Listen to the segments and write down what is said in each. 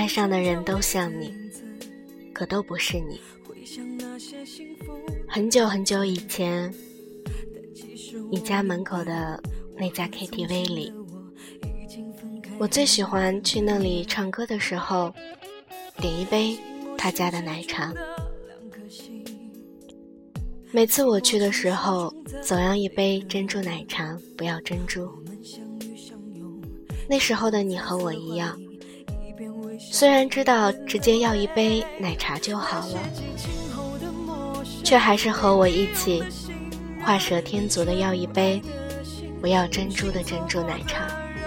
上的人都像你，可都不是你。很久很久以前，你家门口的那家 KTV 里，我最喜欢去那里唱歌的时候，点一杯他家的奶茶。每次我去的时候，总要一杯珍珠奶茶，不要珍珠。那时候的你和我一样，虽然知道直接要一杯奶茶就好了，却还是和我一起画蛇添足的要一杯不要珍珠的珍珠奶茶。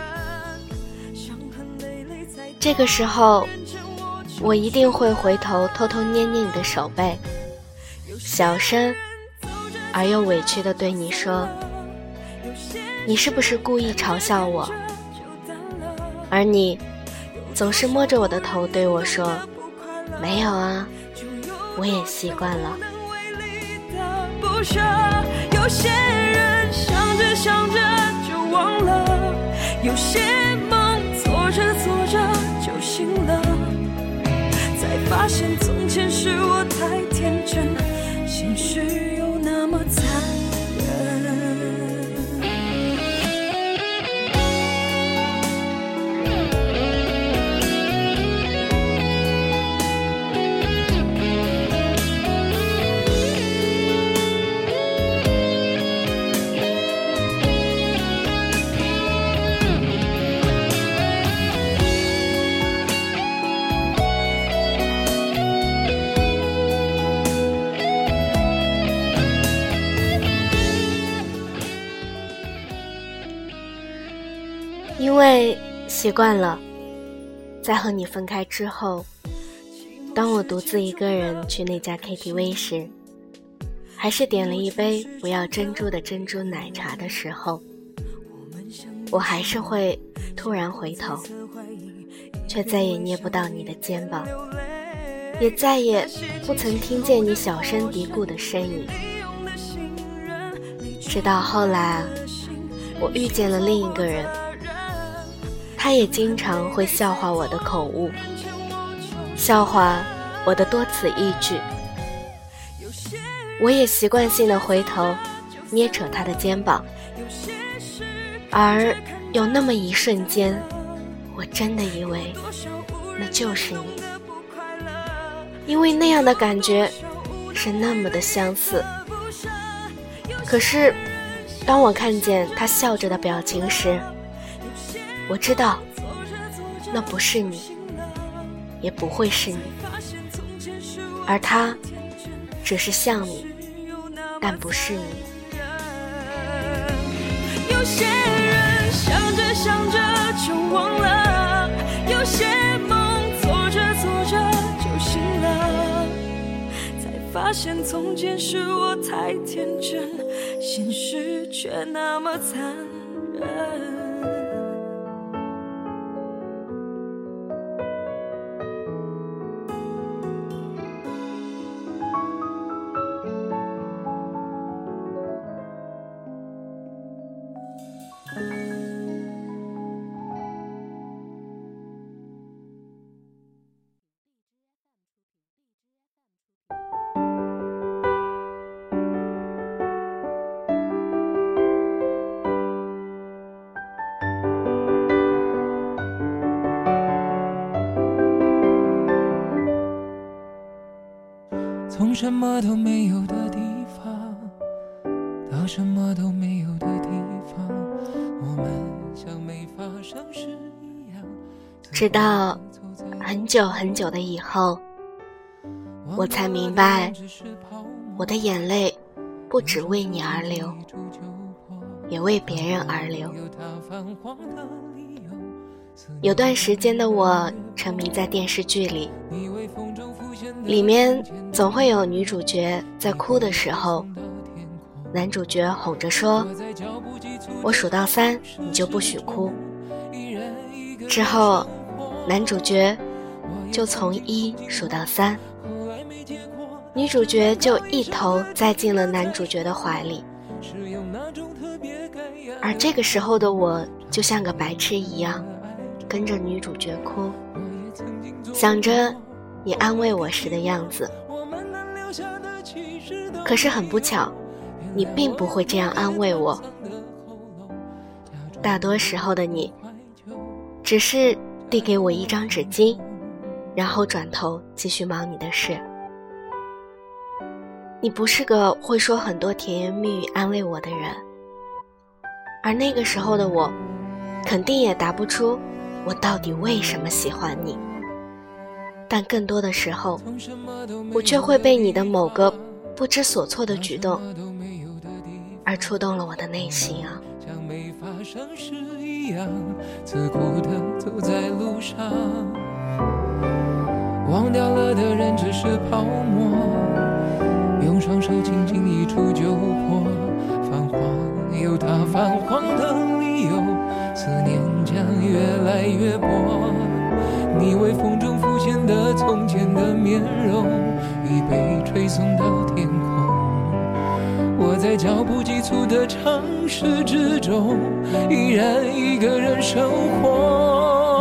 这个时候我一定会回头偷偷捏捏你的手背，小声而又委屈地对你说，你是不是故意嘲笑我？而你总是摸着我的头对我说，没有啊，我也习惯了。 有些人想着想着就忘了，有些梦做着做着就醒了，才发现从前是我太天真，现实又那么残忍。 因为习惯了，在和你分开之后，当我独自一个人去那家 KTV 时，还是点了一杯不要珍珠的珍珠奶茶的时候，我还是会突然回头，却再也捏不到你的肩膀，也再也不曾听见你小声嘀咕的声音。直到后来我遇见了另一个人，他也经常会笑话我的口误，笑话我的多此一举。我也习惯性的回头捏扯他的肩膀，而有那么一瞬间，我真的以为那就是你，因为那样的感觉是那么的相似。可是当我看见他笑着的表情时，我知道那不是你，也不会是你，而他只是像你，但不是你。 有些人想着想着就忘了，有些梦做着做着就醒了，才发现从前是我太天真，现实却那么残忍。 从什么都没有的地方到什么都没有的地方，我们像没发生事一样。 直到很久很久的以后，我才明白，我的眼泪不只为你而流，也为别人而流。有段时间的我沉迷在电视剧里，里面总会有女主角在哭的时候，男主角哄着说，我数到3你就不许哭，之后男主角就从1数到3，女主角就一头栽进了男主角的怀里，而这个时候的我就像个白痴一样跟着女主角哭， 想着你安慰我时的样子。可是很不巧，你并不会这样安慰我。大多时候的你，只是递给我一张纸巾，然后转头继续忙你的事。你不是个会说很多甜言蜜语安慰我的人，而那个时候的我，肯定也答不出我到底为什么喜欢你。但更多的时候，我却会被你的某个不知所措的举动而触动了我的内心啊。 像没发生事一样，自顾地走在路上，忘掉了的人只是泡沫，用双手轻轻一触就破，泛黄有它泛黄的理由，思念将越来越薄，你微风中浮现的从前的面容已被吹送到天空，我在脚步急促的城市之中依然一个人生活，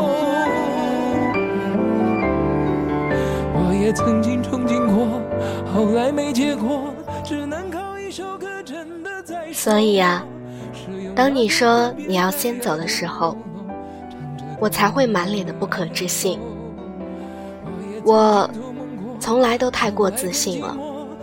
我也曾经憧憬过，后来没结果，只能靠一首歌真的在。 所以啊，当你说你要先走的时候，我才会满脸的不可置信。我从来都太过自信了，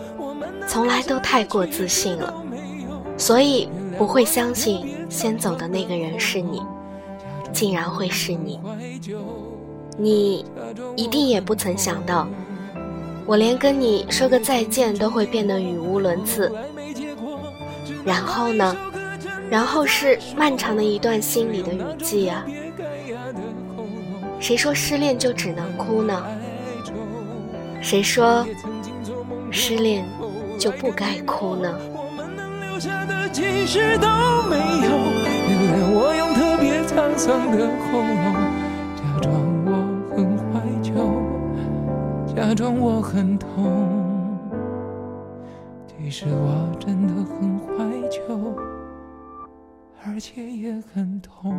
所以不会相信先走的那个人是你，竟然会是你。你一定也不曾想到，我连跟你说个再见都会变得语无伦次。然后呢？然后是漫长的一段心里的雨季啊。谁说失恋就只能哭呢？谁说失恋就不该哭呢？ 留下的其实都没有，原谅我用特别沧桑的喉咙，假装我很怀旧，假装我很痛，其实我真的很怀旧，而且也很痛。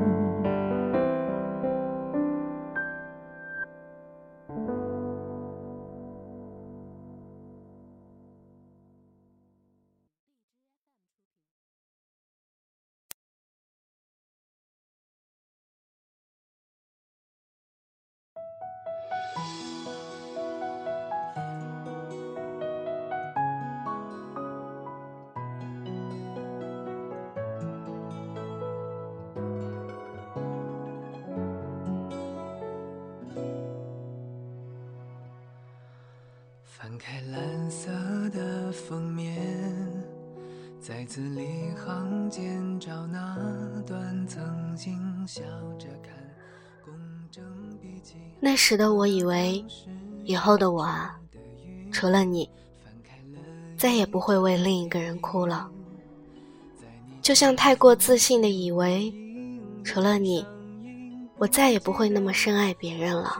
翻开蓝色的封面，在字里行间找那段曾经笑着看公正笔记。 那时的我以为，以后的我啊，除了你，再也不会为另一个人哭了。就像太过自信的以为，除了你，我再也不会那么深爱别人了。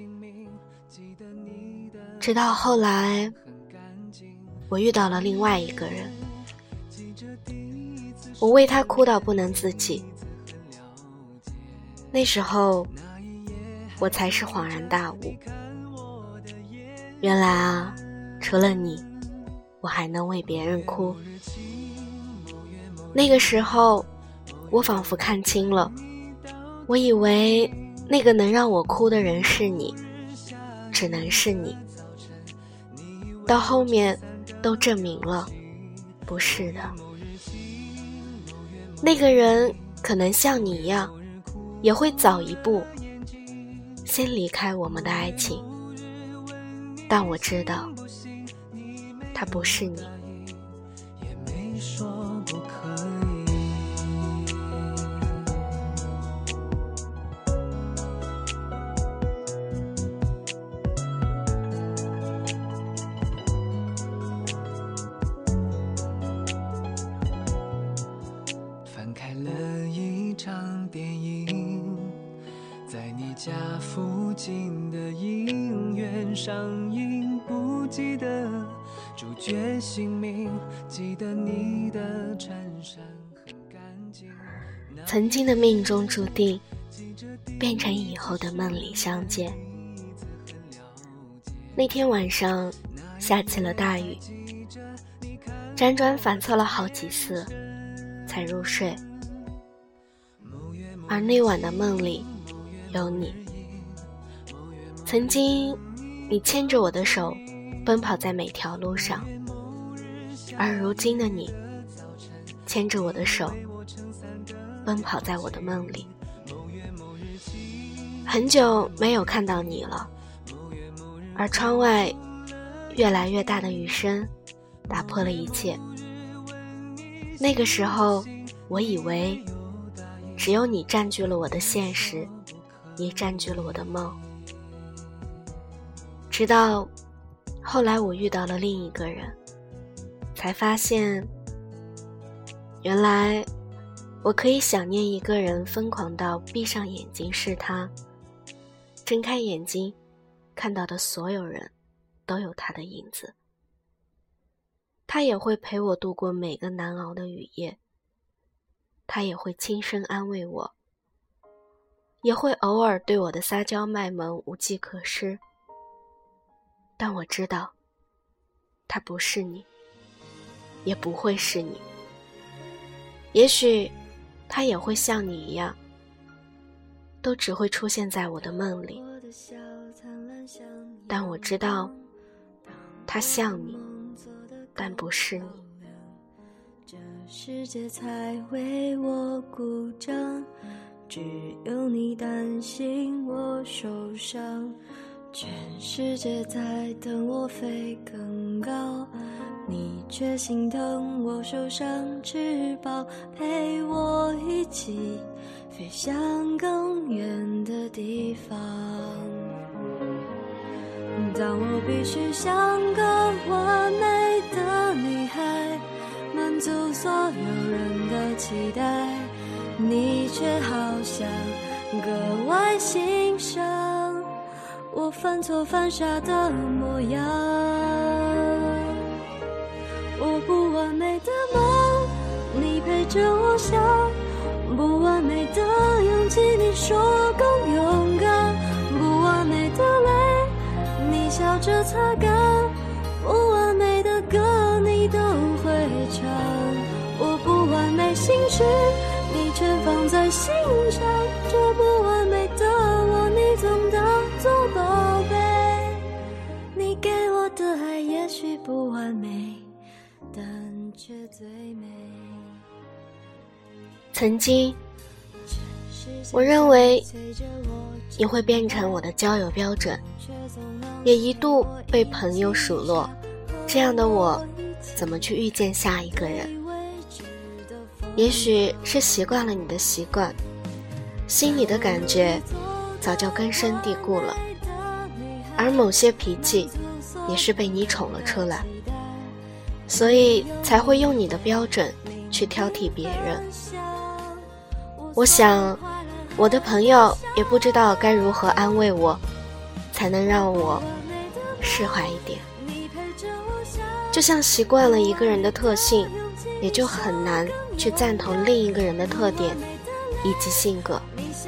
直到后来，我遇到了另外一个人，我为他哭到不能自己。那时候，我才是恍然大悟，原来啊，除了你，我还能为别人哭。那个时候，我仿佛看清了，我以为那个能让我哭的人是你，只能是你。到后面都证明了，不是的。那个人可能像你一样，也会早一步先离开我们的爱情，但我知道，他不是你。 也没说不可以。翻开了一场电影，在你家附近的影院上映，不记得主角姓名，记得你的衬衫很干净。 曾经的命中注定，变成以后的梦里相见。 那天晚上下起了大雨，辗转反侧了好几次才入睡，而那晚的梦里有你。曾经你牵着我的手奔跑在每条路上，而如今的你牵着我的手奔跑在我的梦里。很久没有看到你了，而窗外越来越大的雨声打破了一切。那个时候我以为只有你占据了我的现实，也占据了我的梦。直到后来我遇到了另一个人，才发现原来我可以想念一个人疯狂到闭上眼睛是他，睁开眼睛看到的所有人都有他的影子。他也会陪我度过每个难熬的雨夜，他也会轻声安慰我，也会偶尔对我的撒娇卖萌无计可施。但我知道他不是你，也不会是你。也许他也会像你一样，都只会出现在我的梦里。但我知道他像你，但不是你。 这世界才为我鼓掌，只有你担心我受伤。全世界在等我飞更高，你却心疼我受伤翅膀，陪我一起飞向更远的地方。当我必须像个完美的女孩，满足所有人的期待，你却好像格外欣赏我犯错犯傻的模样。我不完美的梦，你陪着我想，不完美的勇气，你说更勇敢，不完美的泪，你笑着擦干，不完美的歌你都会唱。我不完美心事，你全放在心上，这不完美的我，你总当作宝贝。你给我的爱也许不完美，但却最美。 曾经我认为你会变成我的交友标准，也一度被朋友数落，这样的我怎么去遇见下一个人？也许是习惯了你的习惯，心里的感觉早就根深蒂固了，而某些脾气也是被你宠了出来，所以才会用你的标准去挑剔别人。我想我的朋友也不知道该如何安慰我，才能让我释怀一点。就像习惯了一个人的特性，也就很难去赞同另一个人的特点以及性格。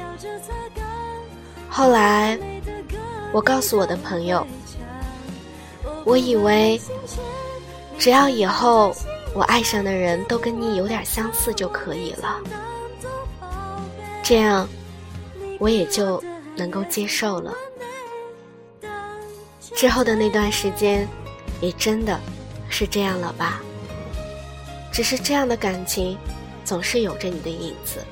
后来我告诉我的朋友，我以为只要以后我爱上的人都跟你有点相似就可以了，这样我也就能够接受了。之后的那段时间也真的是这样了吧，只是这样的感情总是有着你的影子。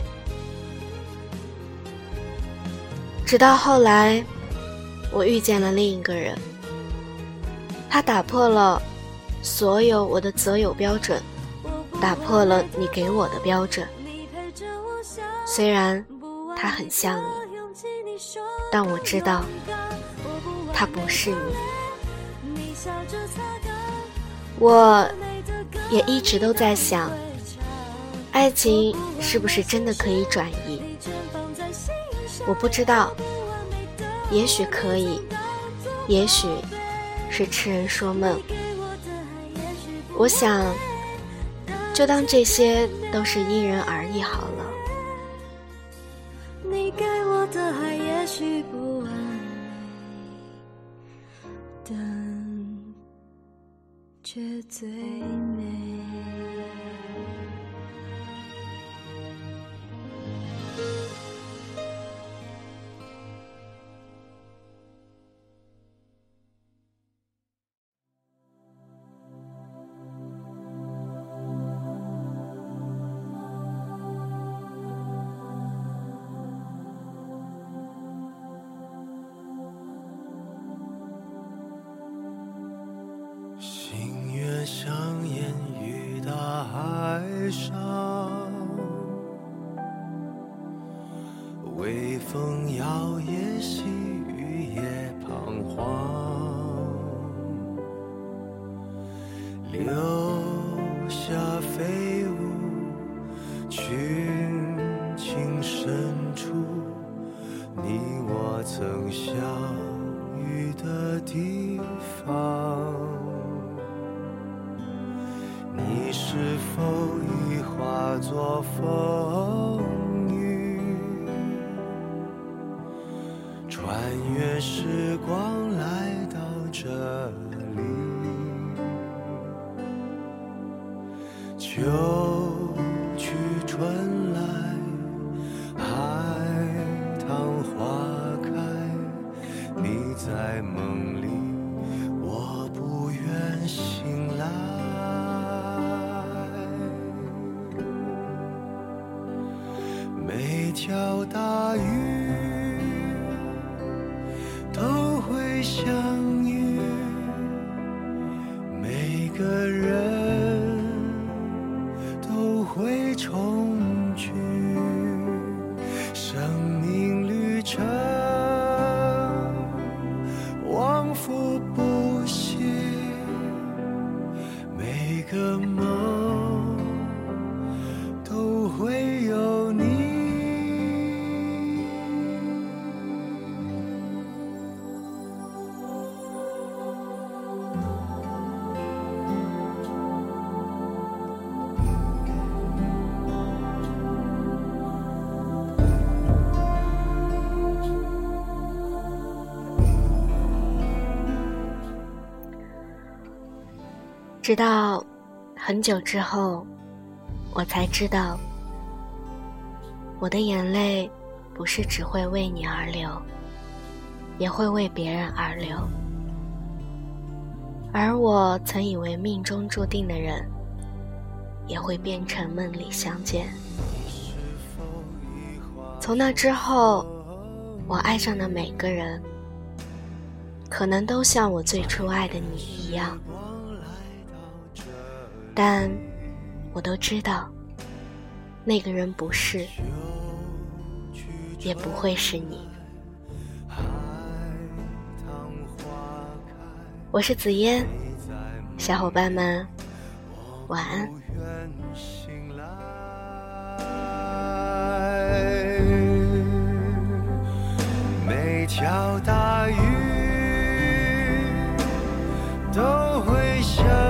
直到后来我遇见了另一个人，他打破了所有我的择友标准，打破了你给我的标准。虽然他很像你，但我知道他不是你。我也一直都在想，爱情是不是真的可以转移？我不知道，也许可以，也许是痴人说梦。我想就当这些都是因人而异好了。 你给我的爱也许不完美的却最美。 星月相沿于大海上，微风摇曳，细雨也彷徨，留下飞舞群情深处，你我曾相遇的地方。你是否已化作风雨，穿越时光来到这里？秋去春来，海棠花开，你在梦里，我不愿醒来。每条大鱼都会相遇，每个人都会重聚，生命旅程往复不息，每个梦都会有你。 直到很久之后，我才知道，我的眼泪不是只会为你而流，也会为别人而流。而我曾以为命中注定的人，也会变成梦里相见。从那之后，我爱上的每个人，可能都像我最初爱的你一样，但我都知道，那个人不是，也不会是你。我是紫嫣，小伙伴们，晚安。 每条大鱼都会相